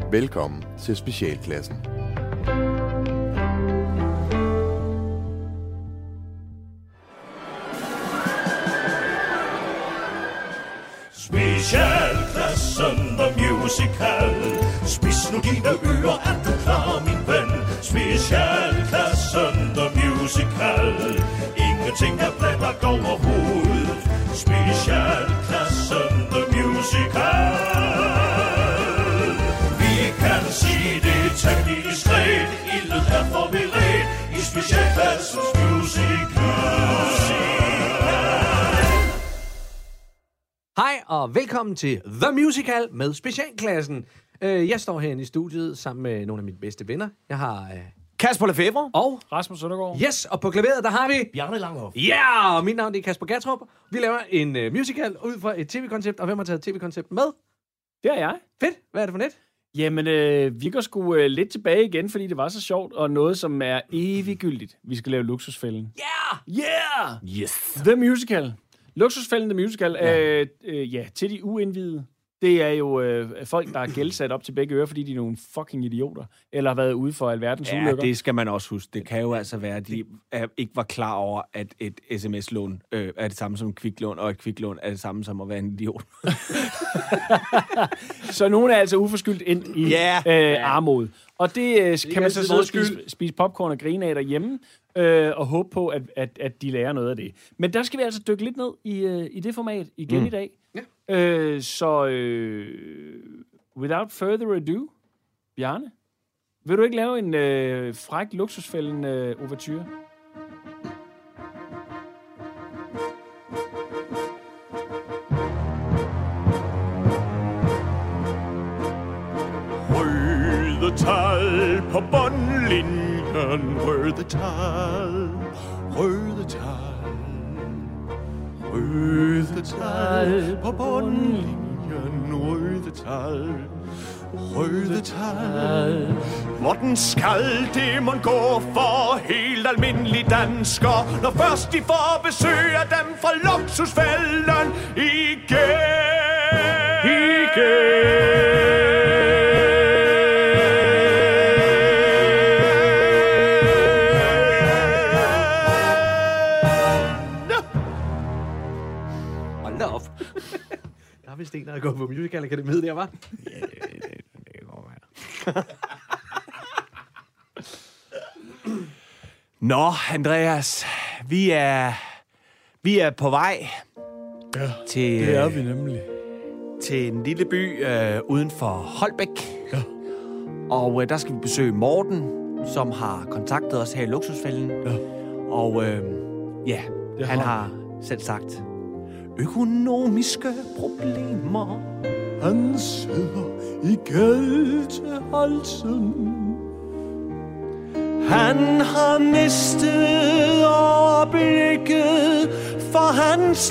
Velkommen til Specialklassen. Specialklassen, the musical. Spids nu dine ører, er du klar, min ven? Specialklassen, the musical. Ingenting er blandt overhovedet. Specialklassen, the musical. Vi kan sige det temmelig diskret. Ildet er forberedt i specialklassens musical. Hej og velkommen til The Musical med Specialklassen. Jeg står herinde i studiet sammen med nogle af mine bedste venner. Jeg har Kasper Lefebvre og Rasmus Søndergaard. Yes, og på klaveret der har vi Bjarne Langhoff. Ja, og mit navn er Kasper Gatrup. Vi laver en musical ud fra et tv-koncept, og hvem har taget tv-koncept med? Det er jeg. Fedt. Hvad er det for net? Jamen, vi går sgu lidt tilbage igen, fordi det var så sjovt, og noget, som er eviggyldigt. Vi skal lave Luksusfælden. Yeah! Yes. The Musical. Luksusfælden, The Musical, til de uindvidede. Det er jo folk, der er gældsat op til begge ører, fordi de er nogle fucking idioter, eller har været ude for alverdens ulykker. Ja, det skal man også huske. Det kan jo altså være, at de ikke var klar over, at et sms-lån er det samme som et kviklån, og et kviklån er det samme som at være en idiot. Så nogen er altså uforskyldt ind i armod. Og det kan man så sidde og spise popcorn og grine af derhjemme, og håbe på, at de lærer noget af det. Men der skal vi altså dykke lidt ned i det format igen i dag. Ja. Without further ado, Bjarne, vil du ikke lave en fræk Luksusfælden overture? Røde tal på bundlinjen, røde tal, røde tal, røde tal på bundlinjen, røde tal, røde tal. Hvordan skal det mon gå for helt almindelige danskere, når først de får besøg af dem fra Luksusfælden Hold da op. Der er vist en, der er gået på Musical Akademiet der, var? Ja, det kan godt være. Nå, Andreas, vi er på vej til, Det er vi nemlig. til en lille by uden for Holbæk. Ja. Og der skal vi besøge Morten, som har kontaktet os her i Luksusfælden. Ja. Og han har selv sagt, økonomiske problemer. Han sidder i gæld til halsen. Han har mistet overblikket for hans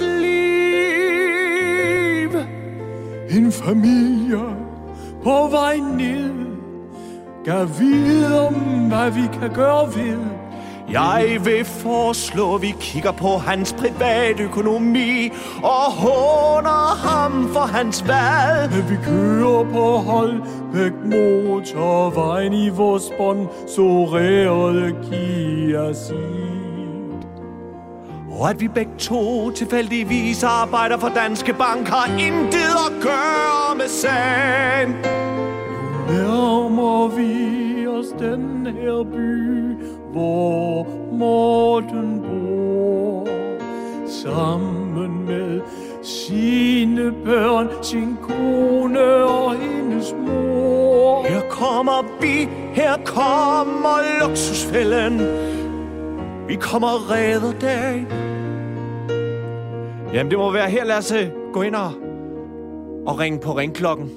liv. En familie på vej ned. Gav vide om, hvad vi kan gøre ved. Jeg vil foreslå, at vi kigger på hans privatøkonomi og håner ham for hans valg. Men vi kører på Holbæk motorvejen i vores sponsorerede Kia Ceed. Og at vi begge to tilfældigvis arbejder for Danske Bank har intet at gøre med sagen. Nærmer vi os den her by, hvor Morten bor, sammen med sine børn, sin kone og hendes mor. Her kommer vi, her kommer Luksusfælden. Vi kommer og redder dagen. Jamen, det må være her. Lad os gå ind og ringe på ringklokken.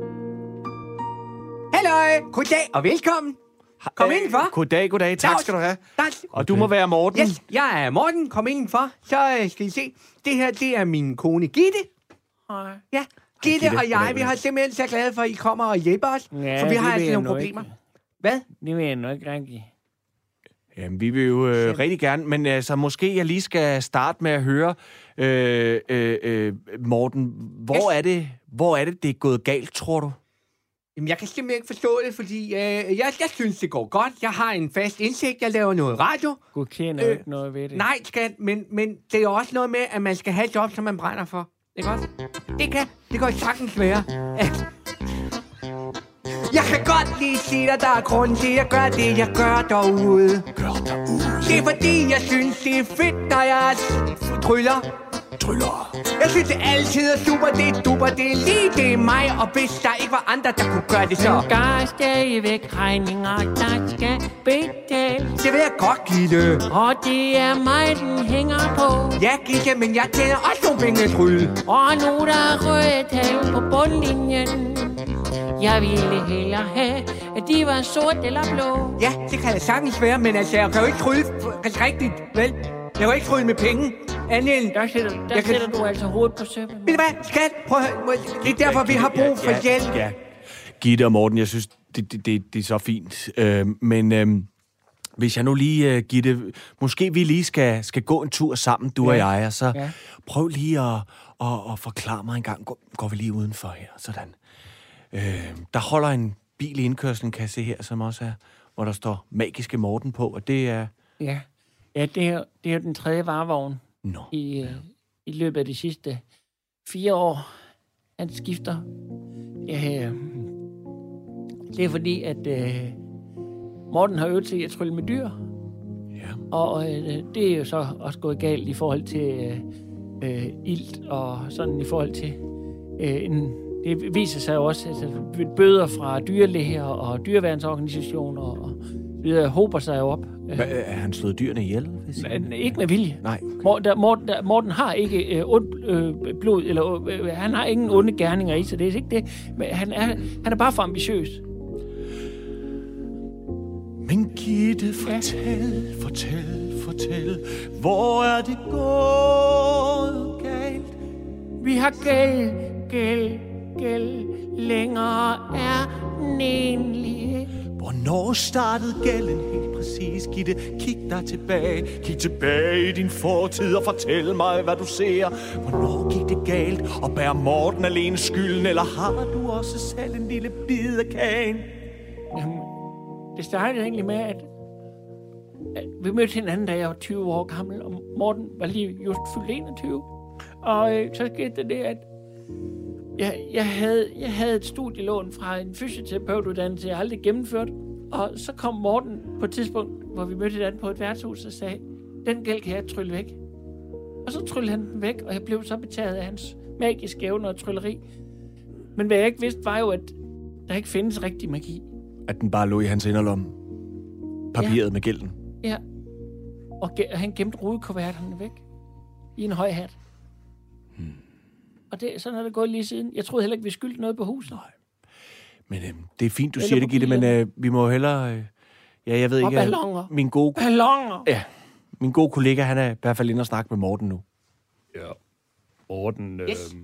Halløj, goddag og velkommen. Kom indenfor. Goddag. Tak skal du have. Tak. Og du må være Morten. Yes, jeg er Morten. Kom indenfor. Så skal I se. Det her, det er min kone Gitte. Hej. Ja, Gitte Gitte, og jeg, goddag. vi har simpelthen så glade for, at I kommer og hjælper os. Ja, for vi det har vil altså jeg nogle nok problemer. ikke. Hvad? Det vil jeg nok ikke rigtig. Jamen, vi vil jo rigtig gerne, men altså, måske jeg lige skal starte med at høre, Morten, hvor er det, det er gået galt, tror du? Jamen, jeg kan simpelthen ikke forstå det, fordi jeg synes, det går godt. Jeg har en fast indsigt. Jeg laver noget radio. Du kender ikke noget ved det. Nej, skat, men det er også noget med, at man skal have et job, som man brænder for. Ikke også? Det kan sagtens være, at... Jeg kan godt lige sige dig, der er grunden til, at jeg gør det, jeg gør derude. Det er fordi, jeg synes, det er fedt, når jeg tryller. Jeg synes, det altid er super, det er duper, det er lige, det er mig. Og hvis der ikke var andre, der kunne gøre det, så... Men der er stadigvæk regninger, der skal betales. Det vil jeg godt, Gitte. Og det er mig, den hænger på. Ja, Gitte, men jeg tjener også nogle penge at trylle. Og nu der er røde tal på bundlinjen. Jeg ville hellere have, at de var sort eller blå. Ja, det kan da sagtens være, men altså, jeg kan jo ikke trylle rigtigt, vel? Jeg kan jo ikke trylle med penge. Der sætter du altså hovedet på søppen. Ved du hvad, skat? Prøv at høre. Det er derfor, vi har brug for hjælp. Ja. Gitte og Morten, jeg synes, det er så fint. Men hvis jeg nu lige, Gitte, måske vi lige skal gå en tur sammen, du og jeg, og så prøv lige at forklare mig en gang. Går vi lige udenfor her, sådan. Der holder en bil i indkørslen, kan jeg se her, som også er, hvor der står Magiske Morten på, og det er... Ja, det er den 3. varevogn i løbet af de sidste 4 år. Han skifter. Det er fordi, at Morten har øvet sig at trylle med dyr. Ja. Og det er jo så også gået galt i forhold til ilt, og sådan i forhold til det viser sig jo også, at bøder fra dyrlæger og dyreværnsorganisationer og videre hober sig jo op. Er han slået dyrene ihjel? Ikke med vilje. Nej. Okay. Morten har ikke ondt blod, eller han har ingen onde gerninger i sig. Det er ikke det. Men han er bare for ambitiøs. Men Gitte, fortæl, hvor er det gået galt? Vi har gæld, længere er den egentlig. Hvornår startede gælden helt præcis, Gitte? Kig tilbage i din fortid og fortæl mig, hvad du ser. Hvornår gik det galt, og bærer Morten alene skylden, eller har du også selv en lille bid af kagen? Jamen, det startede egentlig med, at vi mødte hinanden, da jeg var 20 år gammel, og Morten var lige just fyldt 21. Og så skete det, at jeg havde et studielån fra en fysioterapeutuddannelse, jeg aldrig gennemført. Og så kom Morten på et tidspunkt, hvor vi mødte hinanden på et værtshus og sagde, den gæld kan jeg trylle væk. Og så tryllede han den væk, og jeg blev så betaget af hans magiske evner og trylleri. Men hvad jeg ikke vidste, var jo, at der ikke findes rigtig magi. At den bare lå i hans inderlomme. Papiret med gælden. Ja. Og han gemte rudekuverterne væk. I en høj hat. Og sådan er det gået lige siden. Jeg troede heller ikke, vi skyldte noget på huset. Nej. Men det er fint, du siger det, Gitte, men vi må hellere... jeg ved ikke... balloner. Balloner! Ja. Min gode kollega, han er i hvert fald inde og snakke med Morten nu. Ja. Morten...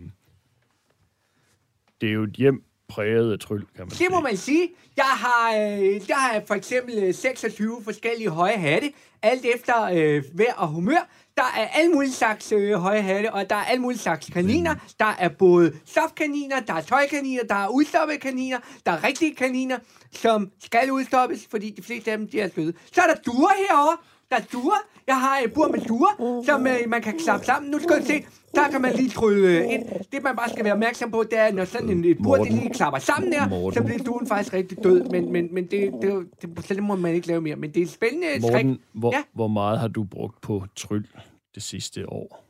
Det er jo et hjem præget af tryl, kan man sige. Det må man sige. Jeg har for eksempel 26 forskellige høje hatte, alt efter vejr og humør. Der er alle mulige slags høje hatte, og der er alle mulige slags kaniner. Der er både softkaniner, der er tøjkaniner, der er udstoppede kaniner, der er rigtige kaniner, som skal udstoppes, fordi de fleste af dem, de er søde. Så er der duer herovre. Der er duer. Jeg har et bur med duer, som man kan klappe sammen. Nu skal du se, der kan man lige trylle ind. Det, man bare skal være opmærksom på, det er, når sådan et bur, det lige klapper sammen der, så bliver duen faktisk rigtig død. Men det må man ikke lave mere. Men det er spændende. Morten, hvor meget har du brugt på tryl det sidste år?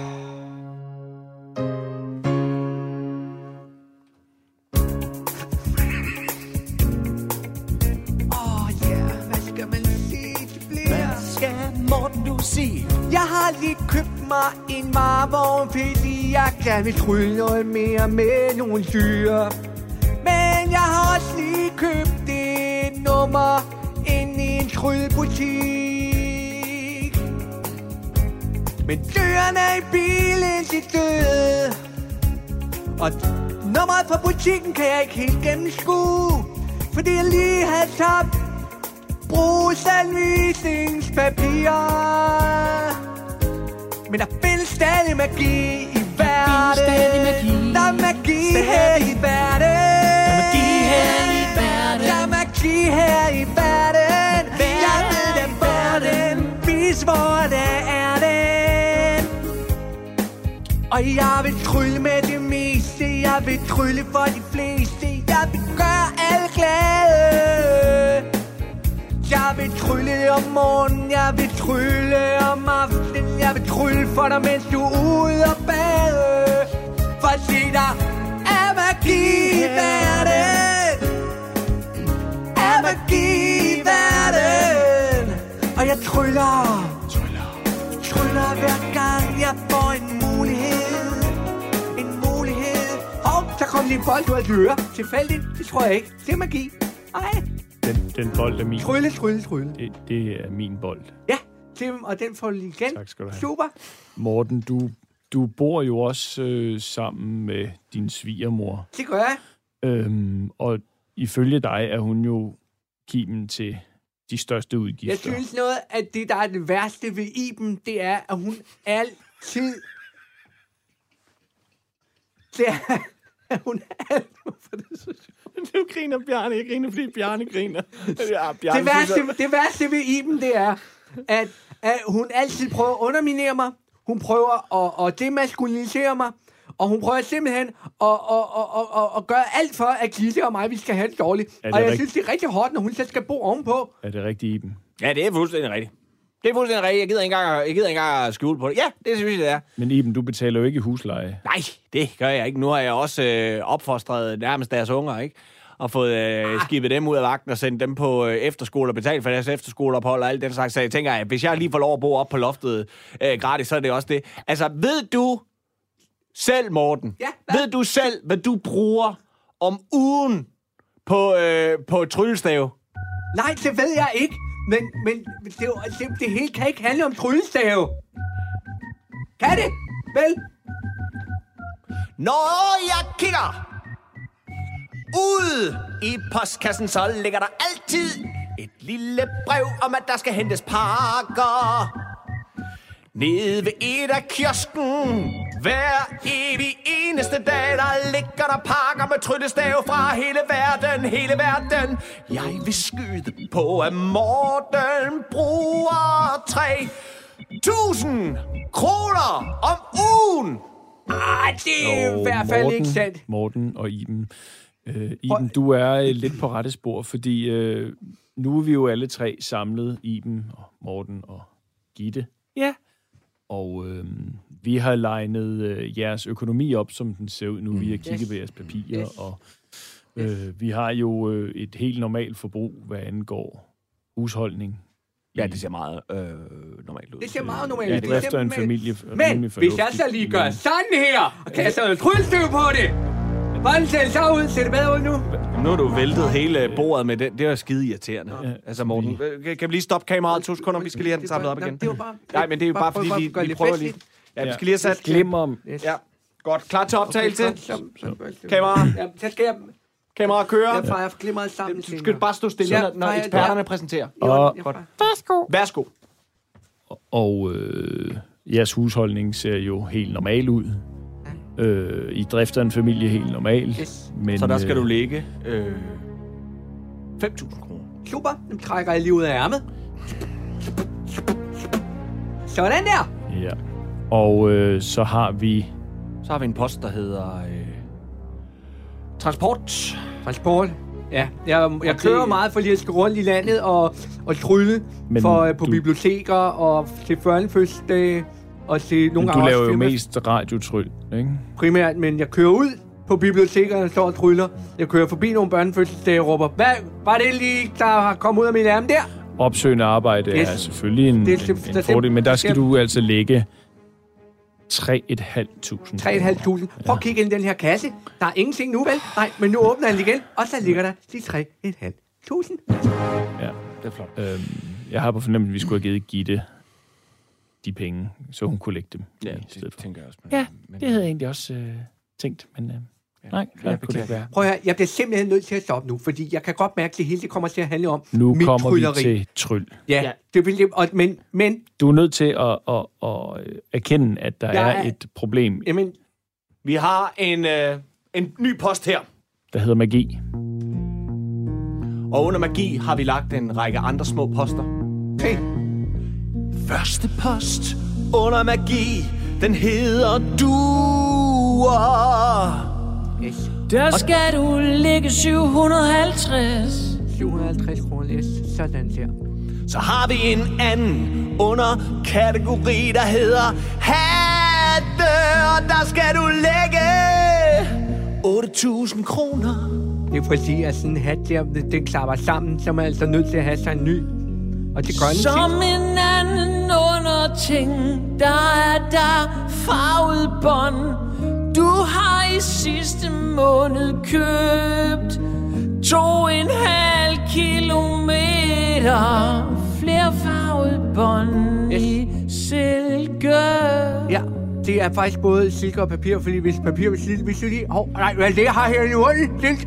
Morten, du sige? Jeg har lige købt mig en varevogn, fordi jeg gerne vil trylle noget mere med nogle dyr. Men jeg har også lige købt et nummer ind i en tryllebutik. Men dyrene i bilen, de døde. Og nummeret fra butikken kan jeg ikke helt gennemskue, fordi jeg lige havde tabt brugsanvisningspapir. Men der findes stadig magi i verden. Der er magi her i verden. Der er magi her Og jeg vil trylle med det meste. Jeg vil trylle for de fleste. Jeg vil gøre alle glade. Jeg vil trylle om morgenen. Jeg vil trylle om aftenen. Jeg vil trylle for dig, mens du er ude og bade. For at se dig er magi i verden. Er magi i verden. Og jeg tryller hver gang jeg får en mulighed. Så kom lige en bold, du har døre. Tilfældigt, det tror jeg ikke. Det er magi. Ej. Den bold er min. Trylle. Det er min bold. Ja, og den får du lige igen. Tak skal du have. Super. Morten, du bor jo også sammen med din svigermor. Det gør jeg. Og ifølge dig er hun jo kimen til de største udgifter. Jeg synes noget, at det, der er det værste ved Iben, det er, at hun altid... Det er, at hun altid... Nu griner Bjarne. Jeg griner, fordi Bjarne griner. Det værste ved Iben, det er, at hun altid prøver at underminere mig. Hun prøver at demaskulinisere mig. Og hun prøver simpelthen at gøre alt for, at Gitte og mig, vi skal have det dårligt. Og jeg synes, det er rigtig hårdt, når hun så skal bo ovenpå. Er det rigtigt, Iben? Ja, det er fuldstændig rigtigt. Jeg gider ikke engang at skjule på det. Ja, det synes jeg, det er. Men Iben, du betaler jo ikke husleje. Nej, det gør jeg ikke. Nu har jeg også opfostret nærmest deres unger, ikke? Og fået skibet dem ud af vagten og sendt dem på efterskole og betalt for deres efterskoleophold og alt den slags. Så jeg tænker, at hvis jeg lige får lov at bo op på loftet gratis, så er det også det. Altså, ved du selv, Morten, ved du selv, hvad du bruger om ugen på tryllestav? Nej, det ved jeg ikke. Men det hele kan ikke handle om tryllestave. Kan det? Vel? Når jeg kigger ud i postkassen, så ligger der altid et lille brev om, at der skal hentes pakker. Nede ved et af kiosken, hver evig eneste dag, der ligger der pakker med tryllestav fra hele verden. Jeg vil skyde på, at Morten bruger 3.000 kroner om ugen. Det er i hvert fald ikke sandt. Morten og Iben. Iben, du er lidt på rette spor, fordi nu er vi jo alle tre samlet, Iben og Morten og Gitte. Ja. Og vi har legnet jeres økonomi op, som den ser ud nu. Vi har kigget på jeres papirer, og vi har jo et helt normalt forbrug, hvad angår husholdning. Ja, det ser meget normalt ud. Det ser meget normalt ud. Ja, det drifter en familie. Men hvis jeg så lige gør sådan her, og kaster noget tryllestøv på det, hvordan ser det så ud? Ser det bedre ud nu? Nu har du væltet hele bordet med den. Det er skide irriterende. Ja. Altså, Morten, kan vi lige stoppe kameraet 2 sekunder? Vi skal lige have den samlet op igen. Nej, men det er jo bare fordi, vi prøver lige. Ja, vi skal lige have sat... Glimmer. Ja, godt. Klar til optagelse. Kamera. Ja, så skal jeg... Kamera kører. Jeg fejrer glimret sammen. Du skal bare stå stille, når eksperterne præsenterer. Godt. Værsgo. Og jeres husholdning ser jo helt normal ud. I drifter en familie helt normalt. Yes. Men, så der skal du lægge 5.000 kroner. Super, dem trækker jeg lige ud af ærmet. Sådan der. Ja. Og så har vi en post, der hedder transport. Ja, jeg kører meget, fordi jeg skal rundt i landet og trylle på biblioteker og til børnefødselsdage og til nogle gange. Du laver jo mest radiotryl, ikke? Primært, men jeg kører ud på bibliotekerne og står og tryller. Jeg kører forbi nogle børnefødselsdage og råber, hvad var det lige, der har kommet ud af min ærme der? Opsøgende arbejde er selvfølgelig en fordel, men der skal du altså lægge 3.500. 3.500. Prøv at kigge ind i den her kasse. Der er ingenting nu, vel? Nej, men nu åbner den igen, og så ligger der de 3.500. Ja, det er flot. Jeg har på fornemmelsen, at vi skulle have givet Gitte de penge, så hun kunne lægge dem i stedet for. Tænker jeg også. Ja, det havde jeg egentlig også tænkt, men nej, det kunne det være. Prøv at høre, jeg bliver simpelthen nødt til at stoppe nu, fordi jeg kan godt mærke, at det hele kommer til at handle om nu mit kommer trylleri. Vi til tryl. Ja, det vil det, men... Du er nødt til at erkende, at der er et problem. Jamen, vi har en ny post her. Der hedder magi. Og under magi har vi lagt en række andre små poster. Okay. Første post under magi, den hedder duer. Yes. Der skal du lægge 750. 750 kroner, yes. Sådan der. Så har vi en anden underkategori, der hedder hatte, og der skal du lægge 8.000 kroner. Det er fordi, at sådan en hat der, den klapper sammen, så er man altså nødt til at have sig en ny. Og det gør den som en anden underting, der er der farvet bånd. Du har i sidste måned købt 2,5 kilometer flere farvet bånd i silke. Ja, det er faktisk både silke og papir, fordi hvis papir vil slide, hvis du lige... nej, hvad er det, jeg har her i munden? Det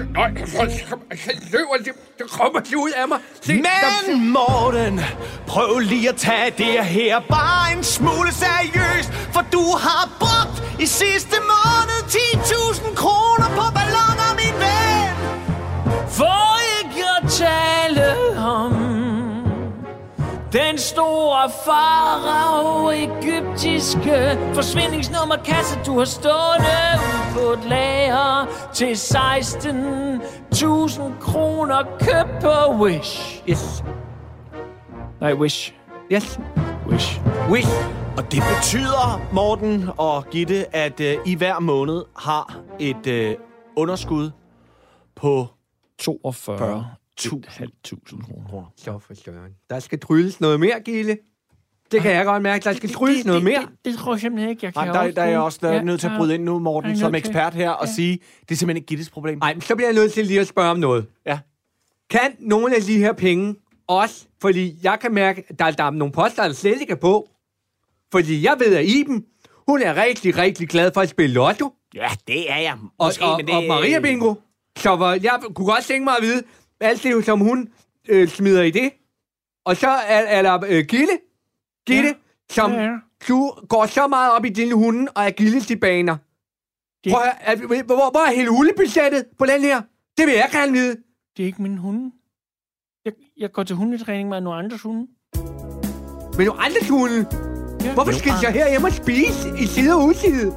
kommer lige ud af mig. Men Morten, prøv lige at tage det her bare en smule seriøst, for du har brugt i sidste måned 10.000 kroner på balloner, min ven. For ikke at tale om den store farao egyptiske forsvindingsnummerkasse, du har stående ude på et lager til 16.000 kroner købt på Wish. Yes. Nej, Wish. Yes. Wish. Wish. Og det betyder, Morten og Gitte, at I hver måned har et underskud på 42.500 kroner. Så for søren. Der skal trylles noget mere, Gille. Det kan jeg godt mærke. Der skal trylles noget mere. Det tror jeg simpelthen ikke, jeg kan. Der er jeg også nødt til at bryde ind nu, Morten, som ekspert her, og sige, det er simpelthen ikke Gittes problem. Nej, men så bliver jeg nødt til lige at spørge om noget. Ja. Kan nogle af de her penge også, fordi jeg kan mærke, at der er nogle poster, der slet ikke er på. Fordi jeg ved, at Iben, hun er rigtig, rigtig glad for at spille lotto. Ja, det er jeg. Måske, og Maria Bingo. Så jeg kunne godt tænke mig at vide, alt det, som hun smider i det. Og så er der Gitte, som du går så meget op i dine hunde og er gildes i baner. Hvor er hele hundebudgettet på den her? Det vil jeg gerne vide. Det er ikke min hunde. Jeg går til hundetræning med nogle andres hunde. Men nogle andres hunde? Ja. Hvorfor skal jeg herhjemme og spise i side og udside?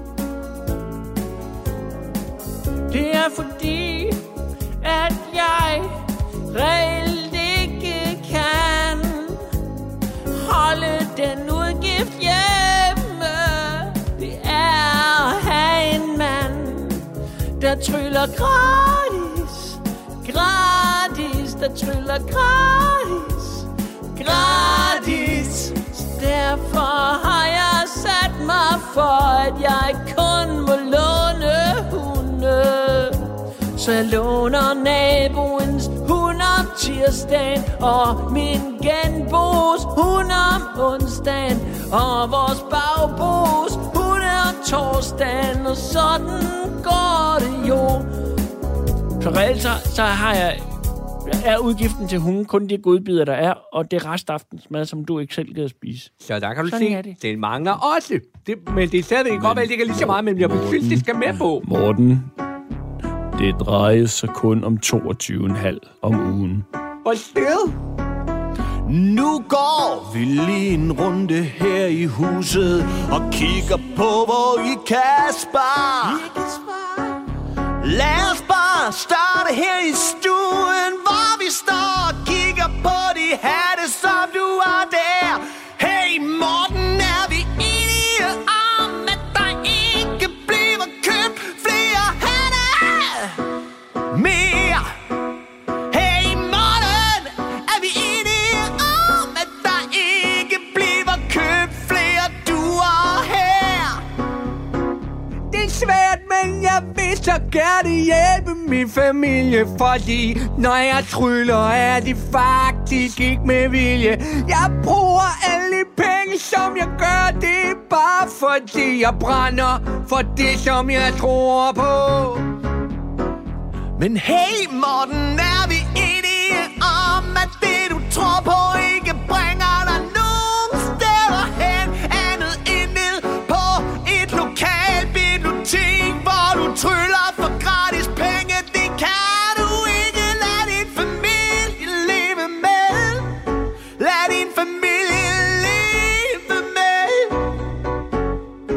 Det er fordi, at jeg reelt ikke kan holde den udgift hjemme. Det er at have en mand, der tryller gratis, der tryller gratis. Derfor har jeg sat mig for, at jeg kun må låne hunde. Så jeg låner naboens hund om tirsdagen, og min genbos hund om onsdagen, og vores bagbos hund om torsdagen, og sådan går det jo. Så reelt så har jeg er udgiften til hunden kun de godbidder, der er, og det restaftensmad, som du ikke selv gider spise. Så der kan du se, det mangler også. Men det er stadigvæk godt, at det ikke er lige så meget, men jeg synes, det skal med på. Morten, det drejer sig kun om 22,5 om ugen. Hvor sted? Nu går vi lige en runde her i huset og kigger på, hvor I kan spare. Lad os bare starte her i stuen, hvor vi står og kigger på de hatte, som du har der. Hey Morten, er vi enige om, at der ikke bliver købt flere hatte? Mere. Hey Morten, er vi enige om, at der ikke bliver købt flere duer her? Det er svært, men jeg vil så gerne hjælpe min familie, fordi når jeg tryller, er det faktisk ikke med vilje. Jeg bruger alle penge, som jeg gør, det er bare fordi jeg brænder for det, som jeg tror på. Men hey Morten, er vi enige om, at det du tror på ikke bringer dig nogen steder hen, andet end ned på et lokalt bibliotek, hvor du tryller for gratis penge. Det kan du ikke lade din familie leve med. Lad din familie leve med.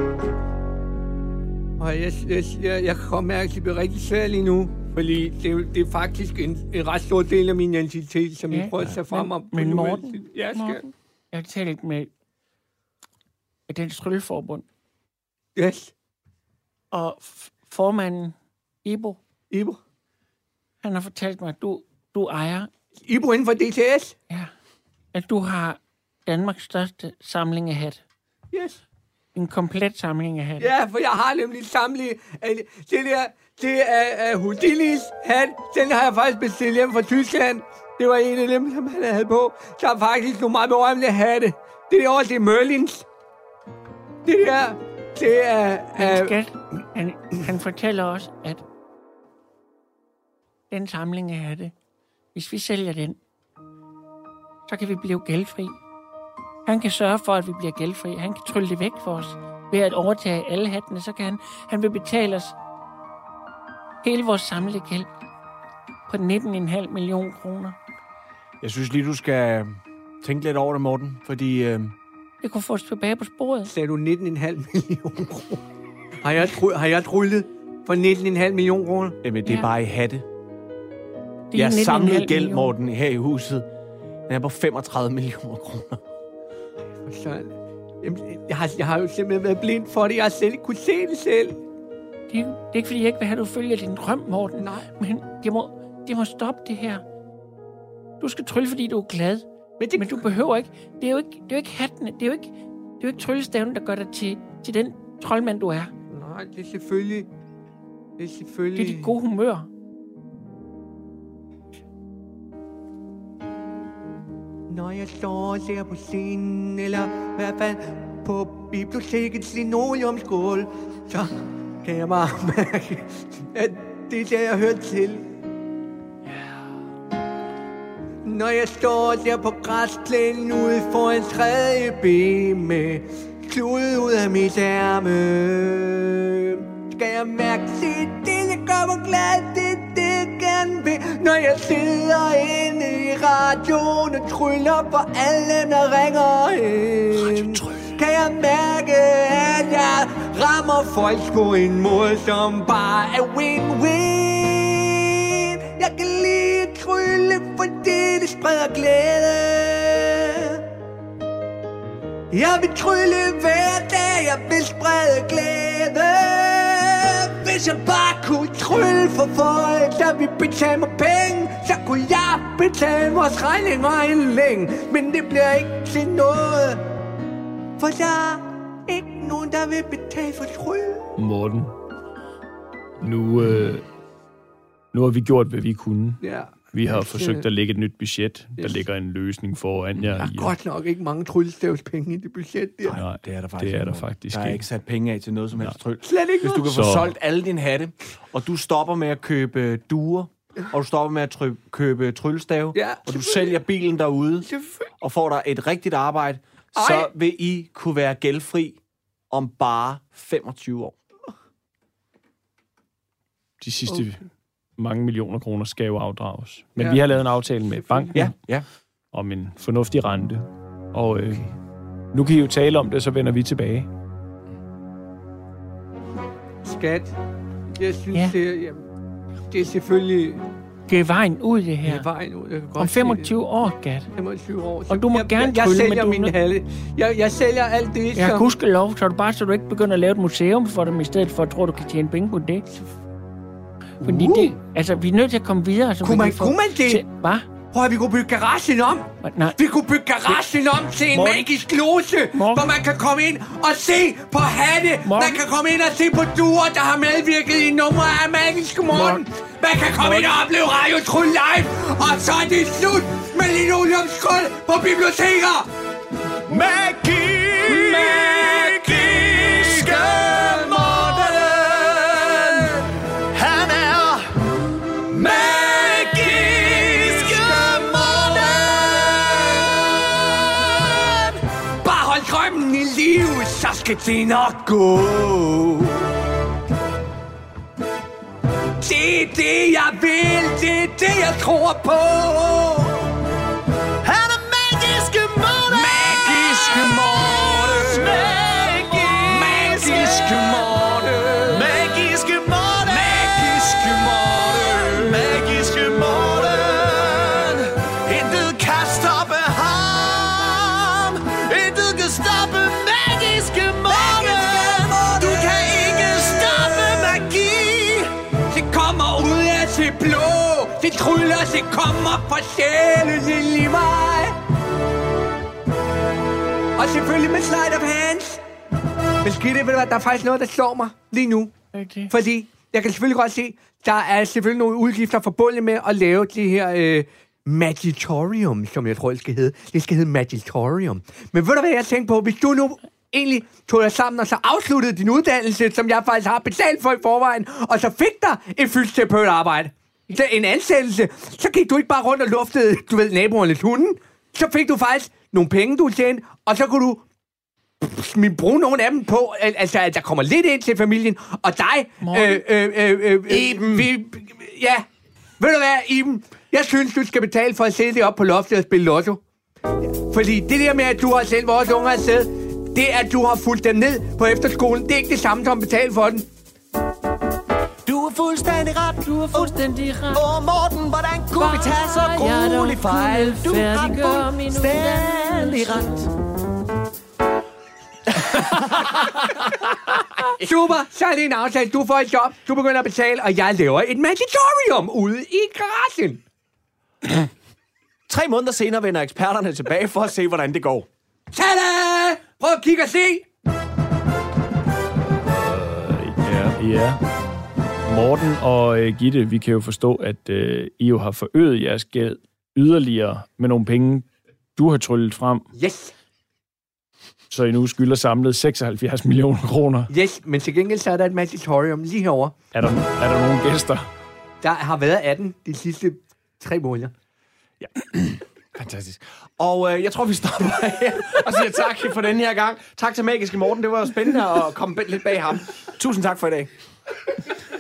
Jeg kan godt mærke, at det bliver rigtig svært lige nu. Fordi det er faktisk en ret stor del af min identitet, som jeg prøver at tage frem om. Men Morten, jeg har talt med Dansk Trylleforbund. Yes. Og formanden, Ibo, han har fortalt mig, at du ejer... Ibo inden for DTS? Ja. At du har Danmarks største samling af hat. Yes. En komplet samling af hat. Ja, for jeg har nemlig samlet... Det er Houdinis hat. Den har jeg faktisk bestilt hjem fra Tyskland. Det var en af dem, som han havde på. Der er faktisk nogle meget berømte hatte. Det derovre, det er Merlins. Det er... Han fortæller også, at den samling af hatte, hvis vi sælger den, så kan vi blive gældfri. Han kan sørge for, at vi bliver gældfri. Han kan trylle det væk for os ved at overtage alle hattene. Så kan han vil betale os hele vores samlede gæld på 19,5 millioner kroner. Jeg synes lige, du skal tænke lidt over det, Morten, fordi... Det kunne få os tilbage på sporet. Sagde du 19,5 millioner kroner? Har jeg tryllet for 19,5 millioner kroner? Jamen, det er bare i hatte. Jeg samlede gæld, Morten, her i huset. Den er på 35 millioner kroner. Jeg har jo simpelthen været blind for det. Jeg har selv ikke kunne se det selv. Det er ikke, fordi jeg ikke vil have, at du følger din drøm, Morten. Nej. Men det må stoppe det her. Du skal trylle, fordi du er glad. Men du behøver ikke. Det er jo ikke hattene. Det er jo ikke tryllestaven, der gør dig til den troldmand, du er. Nej, det er selvfølgelig... Det er dit gode humør. Når jeg står der på scenen, eller i hvert fald på bibliotekets linoleumsgulv, så kan jeg bare mærke, at det er der, jeg hører til. Når jeg står der på græsplænen ude foran 3. B med klud ud af mit ærme, skal jeg mærke, det jeg gør mig glad, det jeg gerne vil. Når jeg sidder inde i radioen og tryller for alle, der ringer ind, kan jeg mærke, at jeg rammer folk på en måde, som bare er win-win. Jeg kan lide trylle, fordi det spreder glæde. Jeg vil trylle hver dag, jeg vil sprede glæde. Hvis jeg bare kunne trylle for folk, der vil betale mig penge, så kunne jeg betale vores regninger en længe. Men det bliver ikke til noget, for der er ikke nogen, der vil betale for trylle. Morten, nu har vi gjort, hvad vi kunne. Ja. Vi har forsøgt at lægge et nyt budget. Der ligger en løsning foran jer. Der er godt nok ikke mange tryllestavspenge i det budget der. Nej, det er der faktisk, faktisk der er ikke sat penge af til noget som helst tryl. Slet ikke. Hvis du kan få solgt alle dine hatte, og du stopper med at købe duer, og du stopper med at købe tryllestave, og du sælger bilen derude, og får dig et rigtigt arbejde, så vil I kunne være gældfri om bare 25 år. De sidste mange millioner kroner skal jo afdrages. Men vi har lavet en aftale med banken om en fornuftig rente. Og nu kan I jo tale om det, så vender vi tilbage. Skat, jeg synes, det er selvfølgelig... Det er vejen ud, det her. Det er vejen ud. Jeg kan godt om 25 år, Gat. 25 år. Og du må gerne jeg sælger min halle. Jeg sælger alt det, jeg har gudskelov, så du ikke begynder at lave et museum for dem, i stedet for at tro, du kan tjene penge på det. Fordi det, altså, vi er nødt til at komme videre. Så kunne man det? Hvad? Prøv, vi kunne bygge garagen om. Nej. Vi kunne bygge garagen om til en magisk lose, hvor man kan komme ind og se på hatte. Man kan komme ind og se på duer, der har medvirket i numre af Magiske Morgen. Man kan komme ind og opleve Radio Tryl live. Og så er det slut med linoleumsgulv på biblioteker. Magiske Morten. Han er Magiske Morten. Bare hold drømmen i live, så skal det nok gå. Det er det, jeg vil. Det er det, jeg tror på. Han er Magiske Morten. Magiske Morten. Magiske Morten. Magiske tryller, det kommer fra sjælen ind i mig. Og selvfølgelig med sleight of hands. Men Gitte, ved du hvad, der er faktisk noget, der slår mig lige nu. Okay. Fordi jeg kan selvfølgelig godt se, der er selvfølgelig nogle udgifter forbundet med at lave det her Magitorium, som jeg tror, det skal hedde. Det skal hedde Magitorium. Men ved du hvad, jeg tænker på? Hvis du nu egentlig tog dig sammen og så afsluttede din uddannelse, som jeg faktisk har betalt for i forvejen, og så fik dig et fysioterapeutarbejde, en ansættelse, så gik du ikke bare rundt og luftede, du ved, naboernes hunden. Så fik du faktisk nogle penge, du tjente, og så kunne du bruge nogle af dem på, altså at der kommer lidt ind til familien, og dig, Iben. Ja, ved du hvad, Iben? Jeg synes, du skal betale for at sætte det op på loftet og spille lotto. Fordi det der med, at du har sendt vores unger afsted, det at du har fulgt dem ned på efterskolen, det er ikke det samme som at betale for den. Du er fuldstændig ret. Du er fuldstændig ret. Åh, Morten, hvordan kunne vi tage så gruelig fejl? Du har fuldstændig ret. Super, så er det en aftale. Du får et job, du begynder at betale, og jeg laver et Magitorium ude i garagen. 3 måneder senere vender eksperterne tilbage for at se, hvordan det går. Tada! Prøv at kigge og se! Ja. Morten og Gitte, vi kan jo forstå, at I jo har forøget jeres gæld yderligere med nogle penge, du har tryllet frem. Yes. Så I nu skylder samlet 76 millioner kroner. Yes, men til gengæld så er der et Magitorium lige herovre. Er der nogle gæster? Der har været 18 de sidste 3 måneder. Ja. Fantastisk. Og jeg tror, vi stopper her og siger tak for den her gang. Tak til Magiske Morten. Det var spændende at komme lidt bag ham. Tusind tak for i dag.